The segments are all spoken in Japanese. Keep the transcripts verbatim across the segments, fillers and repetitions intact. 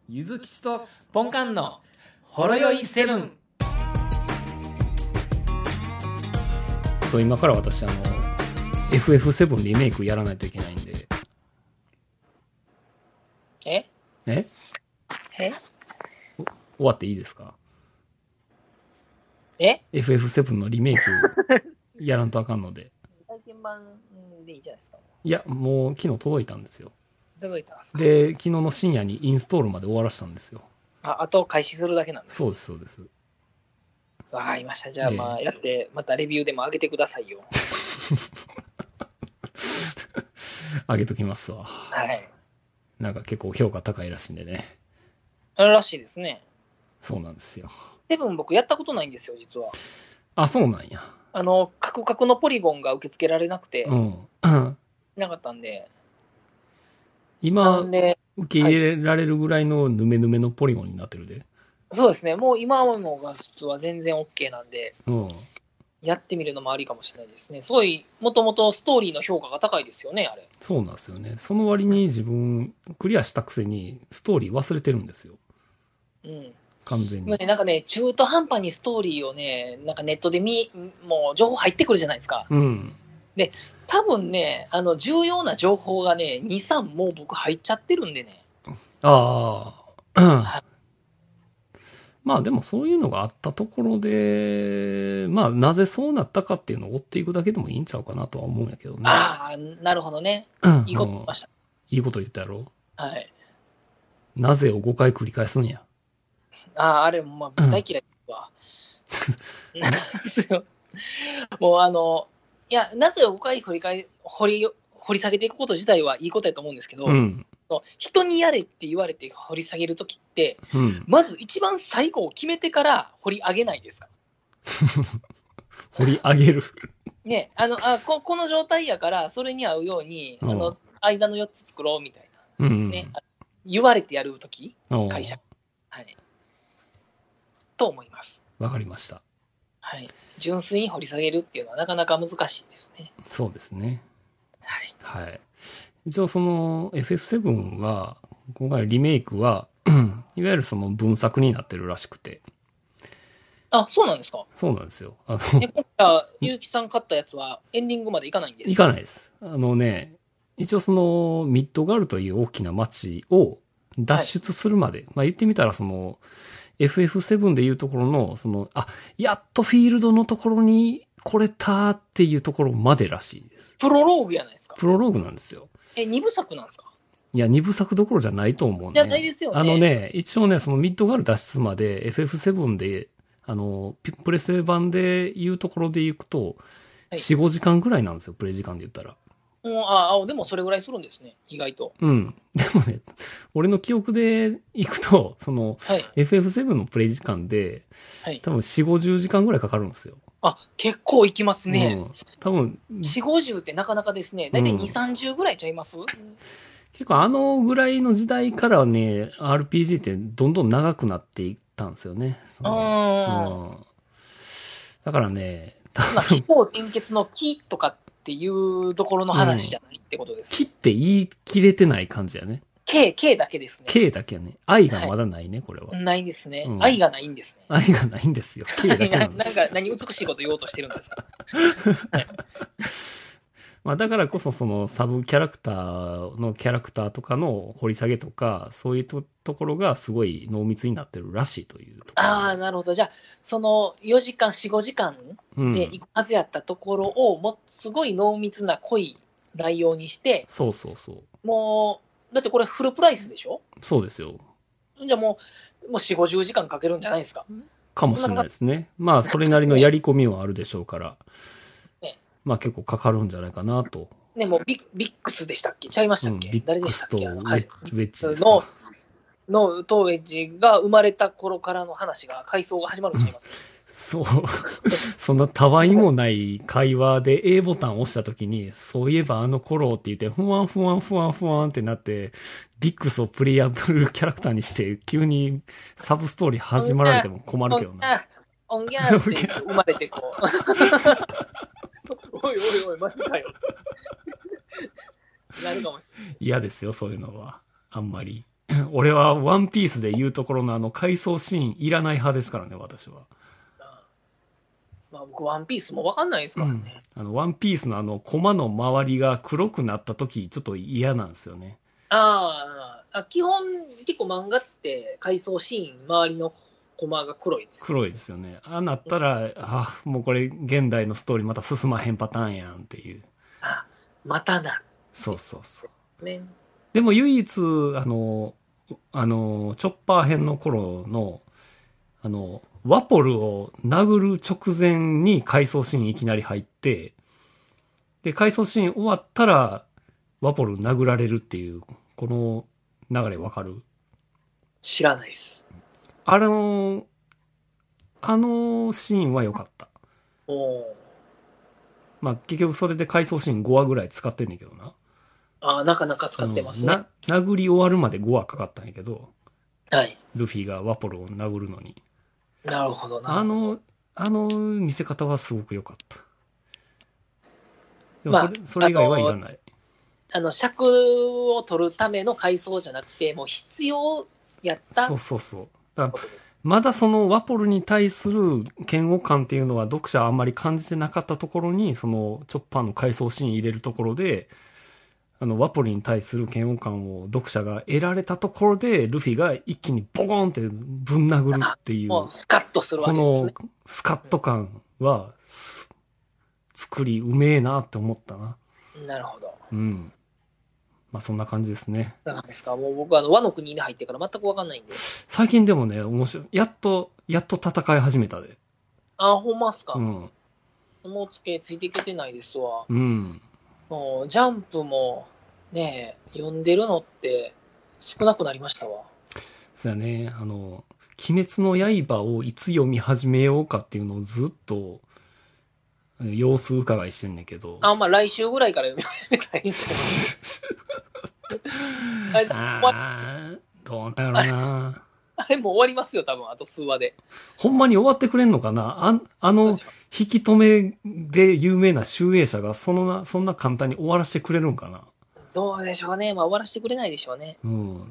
ゆずきちとポンカンのほろよいセブン。 今から私あの エフエフセブン リメイクやらないといけないんで。 えええ終わっていいですか？ えエフエフセブン のリメイクやらんとあかんので。 体験版でいいじゃないですか。 いや、もう昨日届いたんですよ。 届いたんですか？ で、昨日の深夜にインストールまで終わらしたんですよ。 あ、あと開始するだけなんですか？ そうです、そうです。 わかりました。じゃあまあ、やって、またレビューでも上げてくださいよ。 上げときますわ。 はい。 なんか結構評価高いらしいんでね。 あるらしいですね。 そうなんですよ。 セブン僕やったことないんですよ、実は。 あ、そうなんや。 あの、カクカクのポリゴンが受け付けられなくて、 うん。 なかったんで。 今、 なんで受け入れられるぐらいのヌメヌメのポリゴンになってるで。 そうですね。もう今の画質は全然 OK なんで、 うん。 やってみるのもありかもしれないですね。すごい、もともとストーリーの評価が高いですよね、あれ。 そうなんですよね。その割に自分、クリアしたくせに、ストーリー忘れてるんですよ。 うん。 完全に。 今ね、なんかね、中途半端にストーリーをね、なんかネットで見、もう情報入ってくるじゃないですか。 うん。 で、多分ね、あの、重要な情報がね、に、さんもう僕入っちゃってるんでね。 ああ。 はいまあでもそういうのがあったところで、まあなぜそうなったかっていうのを追っていくだけでもいいんちゃうかなとは思うんやけどね。 ああ、なるほどね。いいこと言いました。 いいこと言ったやろ？ はい。 なぜをごかい繰り返すんや。 ああ、あれ、まあ、大嫌いわ。もうあの、いや、なぜをごかい掘り返、掘り、掘り下げていくこと自体はいいことやと思うんですけど、 うん。 人にやれって言われて掘り下げるときって、 うん、 まず一番最後を決めてから掘り上げないですか？ 掘り上げる。 ね、あの、あこ、この状態やから、それに合うように、 うん、 あの、間のよっつ作ろうみたいな。 うん、 ね、言われてやるとき、会社。はい。と思います。 わかりました。 はい。純粋に掘り下げるっていうのはなかなか難しいですね。 そうですね。 はい。 はい。一応その エフエフセブン は、今回リメイクは、いわゆるその分作になってるらしくて。 あ、そうなんですか？ そうなんですよ。あの、 え、今回、ゆうきさん買ったやつはエンディングまでいかないんですか？ いかないです。あのね、一応その、ミッドガルという大きな街を脱出するまで、はい、まあ言ってみたらその、エフエフセブン でいうところの、その、あ、やっとフィールドのところに来れたっていうところまでらしいです。 プロローグやないですか？ プロローグなんですよ。 え、二部作なんですか？ いや、二部作どころじゃないと思うね。 じゃないですよね。 あのね、一応ね、そのミッドガル脱出まで エフエフセブン で、あの、プレステ版でいうところで行くと、はい、よん、ごじかんぐらいなんですよ、プレイ時間で言ったら。 うん、ああ、でもそれぐらいするんですね、意外と。 うん。でもね、俺の記憶で行くと、その、はい、エフエフセブン のプレイ時間で、はい、多分よん、ごじゅうじかんぐらいかかるんですよ。 あ、結構行きますね。 うん、多分。 よん、ごじゅうってなかなかですね。だいたいに、さんじゅうぐらいちゃいます？うん、 結構あのぐらいの時代からね、アールピージー ってどんどん長くなっていったんですよね。そのうん、だからね、 多分。飛行転結の木とかっていうところの話じゃないってことです、ね。 木って言い切れてない感じやね。 K、K だけですね。 K だけやね。愛がまだないね、はい、これは。 ないですね、うん。愛がないんですね。 愛がないんですよ。K だけなんです。 なんか何美しいこと言おうとしてるんですか？はい、 まあだからこそそのサブキャラクターのキャラクターとかの掘り下げとか、そういう と, ところがすごい濃密になってるらしいというところ。 ああ、なるほど。じゃあ、そのよじかん、よん、ごじかんで行くはずやったところを、もすごい濃密な濃い内容にして、 そうそうそう。 もう、だってこれフルプライスでしょ？ そうですよ。 じゃあもう、もうよん、ごじゅうじかんかけるんじゃないですか？ かもしれないですね。まあ、それなりのやり込みはあるでしょうから。ね、まあ結構かかるんじゃないかなと。 ね、もうビビックスでしたっけ？ちゃいましたっけ？ うん、ビックスとウェッジですの、の、とウェッジが生まれた頃からの話が、回想が始まるんちゃいますか？ そう。そんなたわいもない会話で A ボタンを押したときに、そういえばあの頃って言って、ふわんふわんふわんふわんってなって、ビックスをプレイアブルキャラクターにして、急にサブストーリー始まられても困るけどな。 おんぎゃーって生まれてこう。おいおいおい、マジかよ。なるかも。 嫌ですよ、そういうのは。あんまり。 俺はワンピースで言うところのあの回想シーンいらない派ですからね、私は。 まあ僕、ワンピースもわかんないですからね。 うん、あの、ワンピースのあの、コマの周りが黒くなった時、ちょっと嫌なんですよね。 ああ、基本、結構漫画って回想シーン、周りのコマが黒いです。 黒いですよね。ああなったら、あ、もうこれ現代のストーリーまた進まへんパターンやんっていう。 あ、またな。 そうそうそう。 ね。 でも唯一、あの、あの、チョッパー編の頃の、あの、ワポルを殴る直前に回想シーンいきなり入って、で、回想シーン終わったら、ワポル殴られるっていう、この流れわかる？ 知らないっす。 あの、あのシーンは良かった。 おー。 まあ、結局それで回想シーンごわぐらい使ってんねんけどな。 ああ、なかなか使ってますね。 な、殴り終わるまでごわかかったんやけど、 はい。 ルフィがワポルを殴るのに。 なるほどな。 あの、あの見せ方はすごく良かった。でもまあそれ、それ以外はいらない。 あの、尺を取るための回想じゃなくて、もう必要やったそうそうそう。だからまだそのワポルに対する嫌悪感っていうのは読者はあんまり感じてなかったところに、そのチョッパーの回想シーン入れるところで、あの、ワポルに対する嫌悪感を読者が得られたところで、ルフィが一気にボコーンってぶん殴るっていう、 もうスカッとするわこけですね。 のスカッと感は、作りうめえなって思ったな。 なるほど。 うん。まあそんな感じですね。 なんですか。もう僕あの、和の国に入ってから全くわかんないんで。 最近でもね、面白い。やっと、やっと戦い始めたで。 あ、ほんまっすか。 うもん。 うつけついていけてないですわ。 うん。 もう、ジャンプも、ねえ、読んでるのって少なくなりましたわ。 そうやね。あの、鬼滅の刃をいつ読み始めようかっていうのをずっと、様子伺いしてんねんけど。 あ、まあ来週ぐらいから読み始めたらいいんじゃないあれ、 あ終わあ、どうなんやろな。 あれもう終わりますよ、多分、あと数話で。 ほんまに終わってくれんのかなあ、あの、引き止めで有名な集英社がそのな、そんな簡単に終わらせてくれるんかな。 どうでしょうね。まあ終わらせてくれないでしょうね。 うん。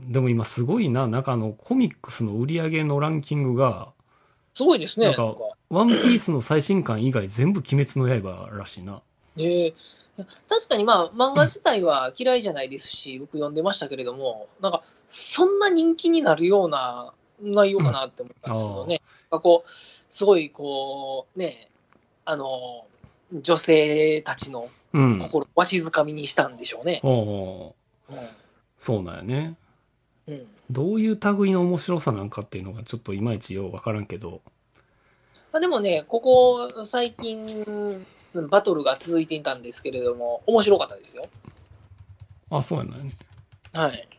でも今すごいな、なんかあの、コミックスの売り上げのランキングが、 すごいですね。 なんか、ワンピースの最新刊以外全部鬼滅の刃らしいな。 ええ確かにまあ漫画自体は嫌いじゃないですし、僕読んでましたけれども、なんか、そんな人気になるような内容かなって思ったんですけどね。なんかこう、すごいこう、ね、あの、女性たちのうん。 心をわしづかみにしたんでしょうね。 おうそうなんやね。 うん。うんどういう類の面白さなんかっていうのがちょっといまいちようわからんけど。 まあ、でもね、ここ最近、バトルが続いていたんですけれども、面白かったですよ。 あ、そうやないね。 はい。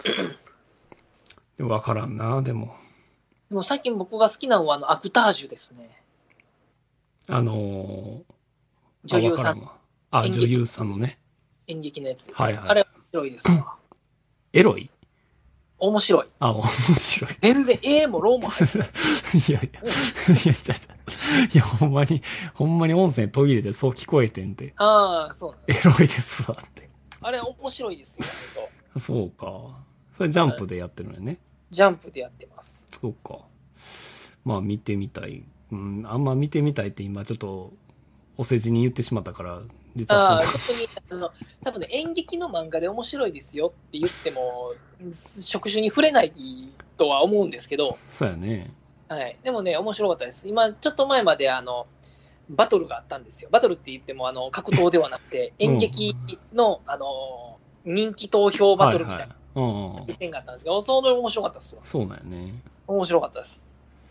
わからんな、でも。 でも最近僕が好きなのはあのアクタージュですね。 あのー、 女優さん。 あわからわあ、 演劇女優さんのね。 演劇のやつです。 はいはいあれ面白いですわ。 エロい面白い。 あ、面白い。 全然 A もローも入ってないです。 いやいや、いや、ちゃちゃ。いや、ほんまに、ほんまに音声途切れてそう聞こえてんて。 ああ、そうなんエロいですわって。 あれ面白いですよ、本当。 そうか。それジャンプでやってるのよね。 ジャンプでやってます。 そうか。まあ見てみたい。うん、あんま見てみたいって今ちょっとお世辞に言ってしまったから、実ああ、 はそう。 特に、あの、多分ね、演劇の漫画で面白いですよって言っても、職種に触れないとは思うんですけど、 そうやね。 はい。でもね、面白かったです。今、ちょっと前まで、あの、バトルがあったんですよ。バトルって言っても、あの、格闘ではなくて、演劇の、あの、人気投票バトルみたいなはいはい。うんうん。 一戦があったんですけど、それ面白かったですわ。 そうなんやね。 面白かったです。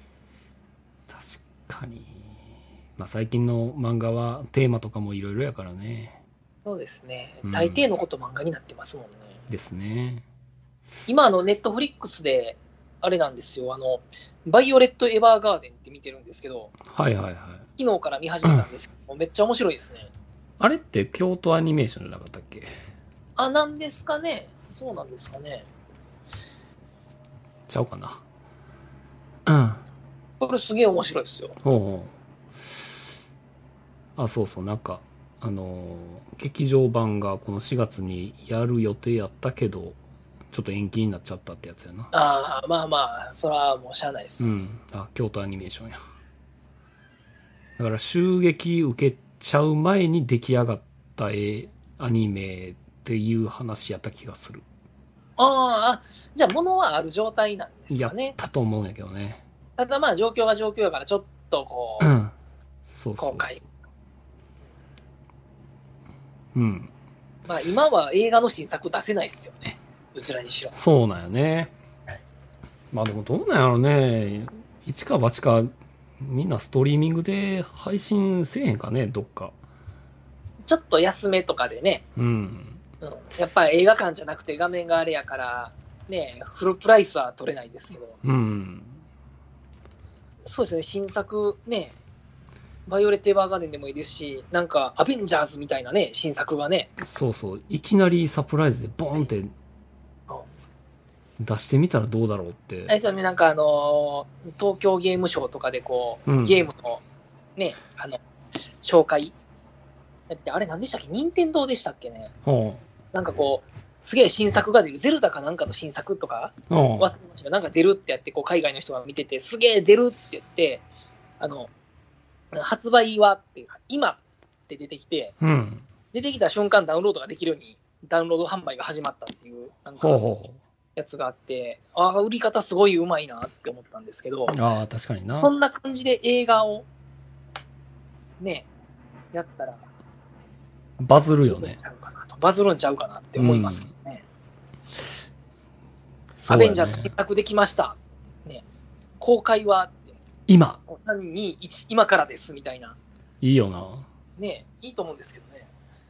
確かに。まあ最近の漫画はテーマとかもいろいろやからね。 そうですねうん。 大抵のこと漫画になってますもんね。 ですね。 今、あの、ネットフリックスで、あれなんですよ、あの、バイオレット・エヴァーガーデンって見てるんですけど、 はいはいはい。 昨日から見始めたんですけど、めっちゃ面白いですね。 あれって京都アニメーションじゃなかったっけ？ あ、なんですかね。そうなんですかね。 ちゃうかな。うん。 これすげえ面白いですよ。 おうおうあ、そうそう、なんか、あのー劇場版がこのしがつにやる予定やったけど、 ちょっと延期になっちゃったってやつやな。 ああ、まあまあ、それはもうしゃあないです。 うん。あ、京都アニメーションや。だから襲撃受けちゃう前に出来上がった絵アニメっていう話やった気がする。 ああ、じゃあ物はある状態なんですやっかね。 たと思うんやけどね。 ただまあ状況が状況やからちょっとこう、 うん。そうそう。 後悔。 うん。 まあ今は映画の新作出せないっすよね。どちらにしろ。 そうなんよね。まあでもどうなんやろね。一か八かみんなストリーミングで配信せえへんかね、どっか。 ちょっと安めとかでね、 うん。 うん、やっぱり映画館じゃなくて画面があれやから、ね、フルプライスは取れないですけど、 うん。 そうですね、新作ね、バイオレット・エヴァーガーデンでもいいですし、なんかアベンジャーズみたいなね、新作がね、 そうそう。いきなりサプライズでボーンって出してみたらどうだろうって。 あれですよね、なんかあのー東京ゲームショウとかでこう、 うんゲームのね、あの、紹介やってて、あれ何でしたっけ、任天堂でしたっけね。 ほなんかこう、すげえ新作が出る、ゼルダかなんかの新作とか、 う。ほ忘れましたが、なんか出るってやって、こう海外の人が見てて、すげえ出るって言って、あの、発売はっていうか、今って出てきて、 う。うん。 出てきた瞬間ダウンロードができるように、ダウンロード販売が始まったっていう、なんかほうほやつがあって、ああ、売り方すごいうまいなって思ったんですけど、 う。ああ、確かにな。 そんな感じで映画を、ね、やったら、 バズるよね。 バズるんちゃうかなって思いますけどね。 そうだねアベンジャーズ検索できました。ね、公開はって今。 さんにいち今からですみたいな。 いいよな。 ね、いいと思うんですけどね。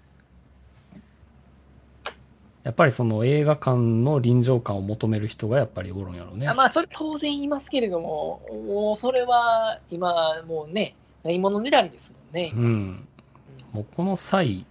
やっぱりその映画館の臨場感を求める人がやっぱりおるんやろうね。 あまあ、それ当然言いますけれども、もうそれは今、もうね、何者ねだりですもんね。 うん。もうこの際、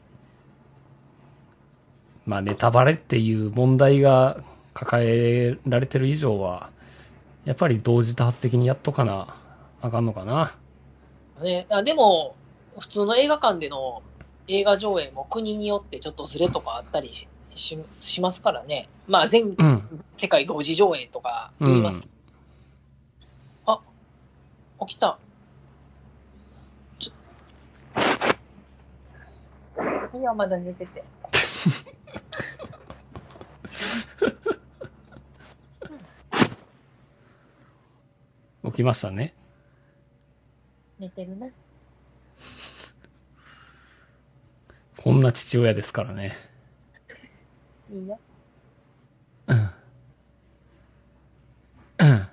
まあネタバレっていう問題が抱えられてる以上は、やっぱり同時多発的にやっとかな、あかんのかな。 ね、あでも、普通の映画館での映画上映も国によってちょっとズレとかあったりし、しますからね。まあ全、 うん。 世界同時上映とか言いますけど。あ、起きた。ちょいや、まだ寝てて。 起きましたね。 寝てるな。 こんな父親ですからね。 いいよ。 うん。うん。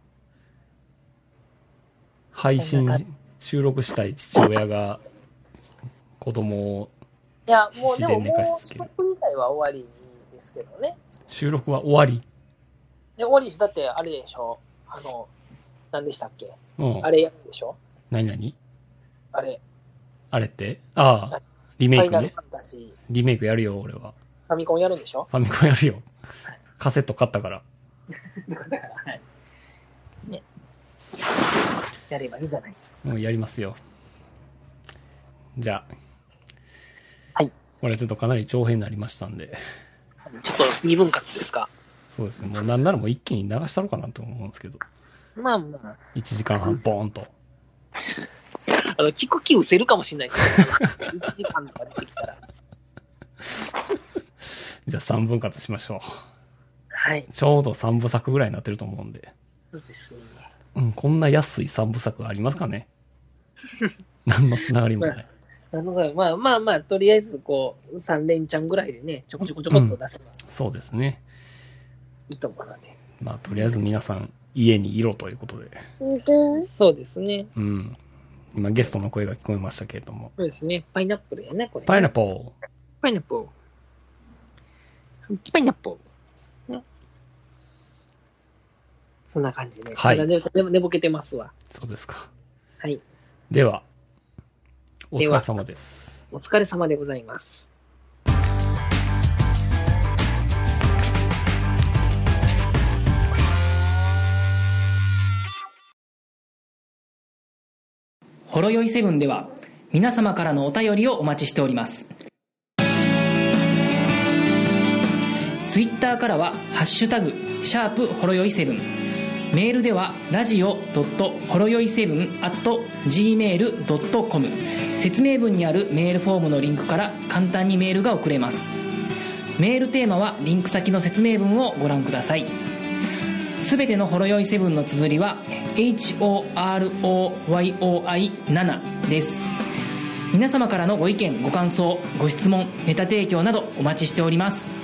配信、収録したい父親が子供をいや、もうでも自然寝かもう収しつける。 録自体は終わりですけどね。 収録は終わり。 で、終わりです。だってあれでしょ。あの、何でしたっけ。 うん。 あれやるでしょ。 何何あれ。 あれってああ、リメイクねファイナルフ。ァンタジー、 リメイクやるよ、俺は。 ファミコンやるんでしょ。 ファミコンやるよ。カセット買ったから。 だから、はい。ね。やればいいじゃないですか。 もうやりますよ。じゃあ。 はい。 これちょっとかなり長編になりましたんで。 ちょっと二分割ですか。 そうですね。もうなんならもう一気に流したろうかなと思うんですけど。 まあまあ。 いちじかんはんボーンと。 あの、聞く気失せるかもしれないですけど、いちじかんとか出てきたら。 じゃあさんぶん割しましょう。 はい。 ちょうどさんぶ作ぐらいになってると思うんで。 そうですね。 うん、こんな安いさんぶ作ありますかね。何のつながりもない。 あのさ、まあまあまあ、とりあえずこう、さん連チャンぐらいでね、ちょこちょこちょこっと出せばそうですね。 いいと思うので。 まあ、とりあえず皆さん家にいろということで。 そうですね。 うん。今ゲストの声が聞こえましたけれども。 そうですね。パイナップルやね、これ。 パイナップル。 パイナップル。パイナップル。そんな感じで。 はいまだ寝寝寝ぼけてますわ。 そうですか。 はい。 では、お疲れ様です。 お疲れ様でございます。 ほろよいセブンでは皆様からのお便りをお待ちしております。 ツイッターからはハッシュタグシャープほろよいセブン、メールではラジオドットほろよいセブンアットジーメールドットコム、説明文にあるメールフォームのリンクから簡単にメールが送れます。メールテーマはリンク先の説明文をご覧ください。すべてのほろよいセブンの綴りは エイチオーアールオーワイオーアイセブン です。皆様からのご意見ご感想ご質問ネタ提供などお待ちしております。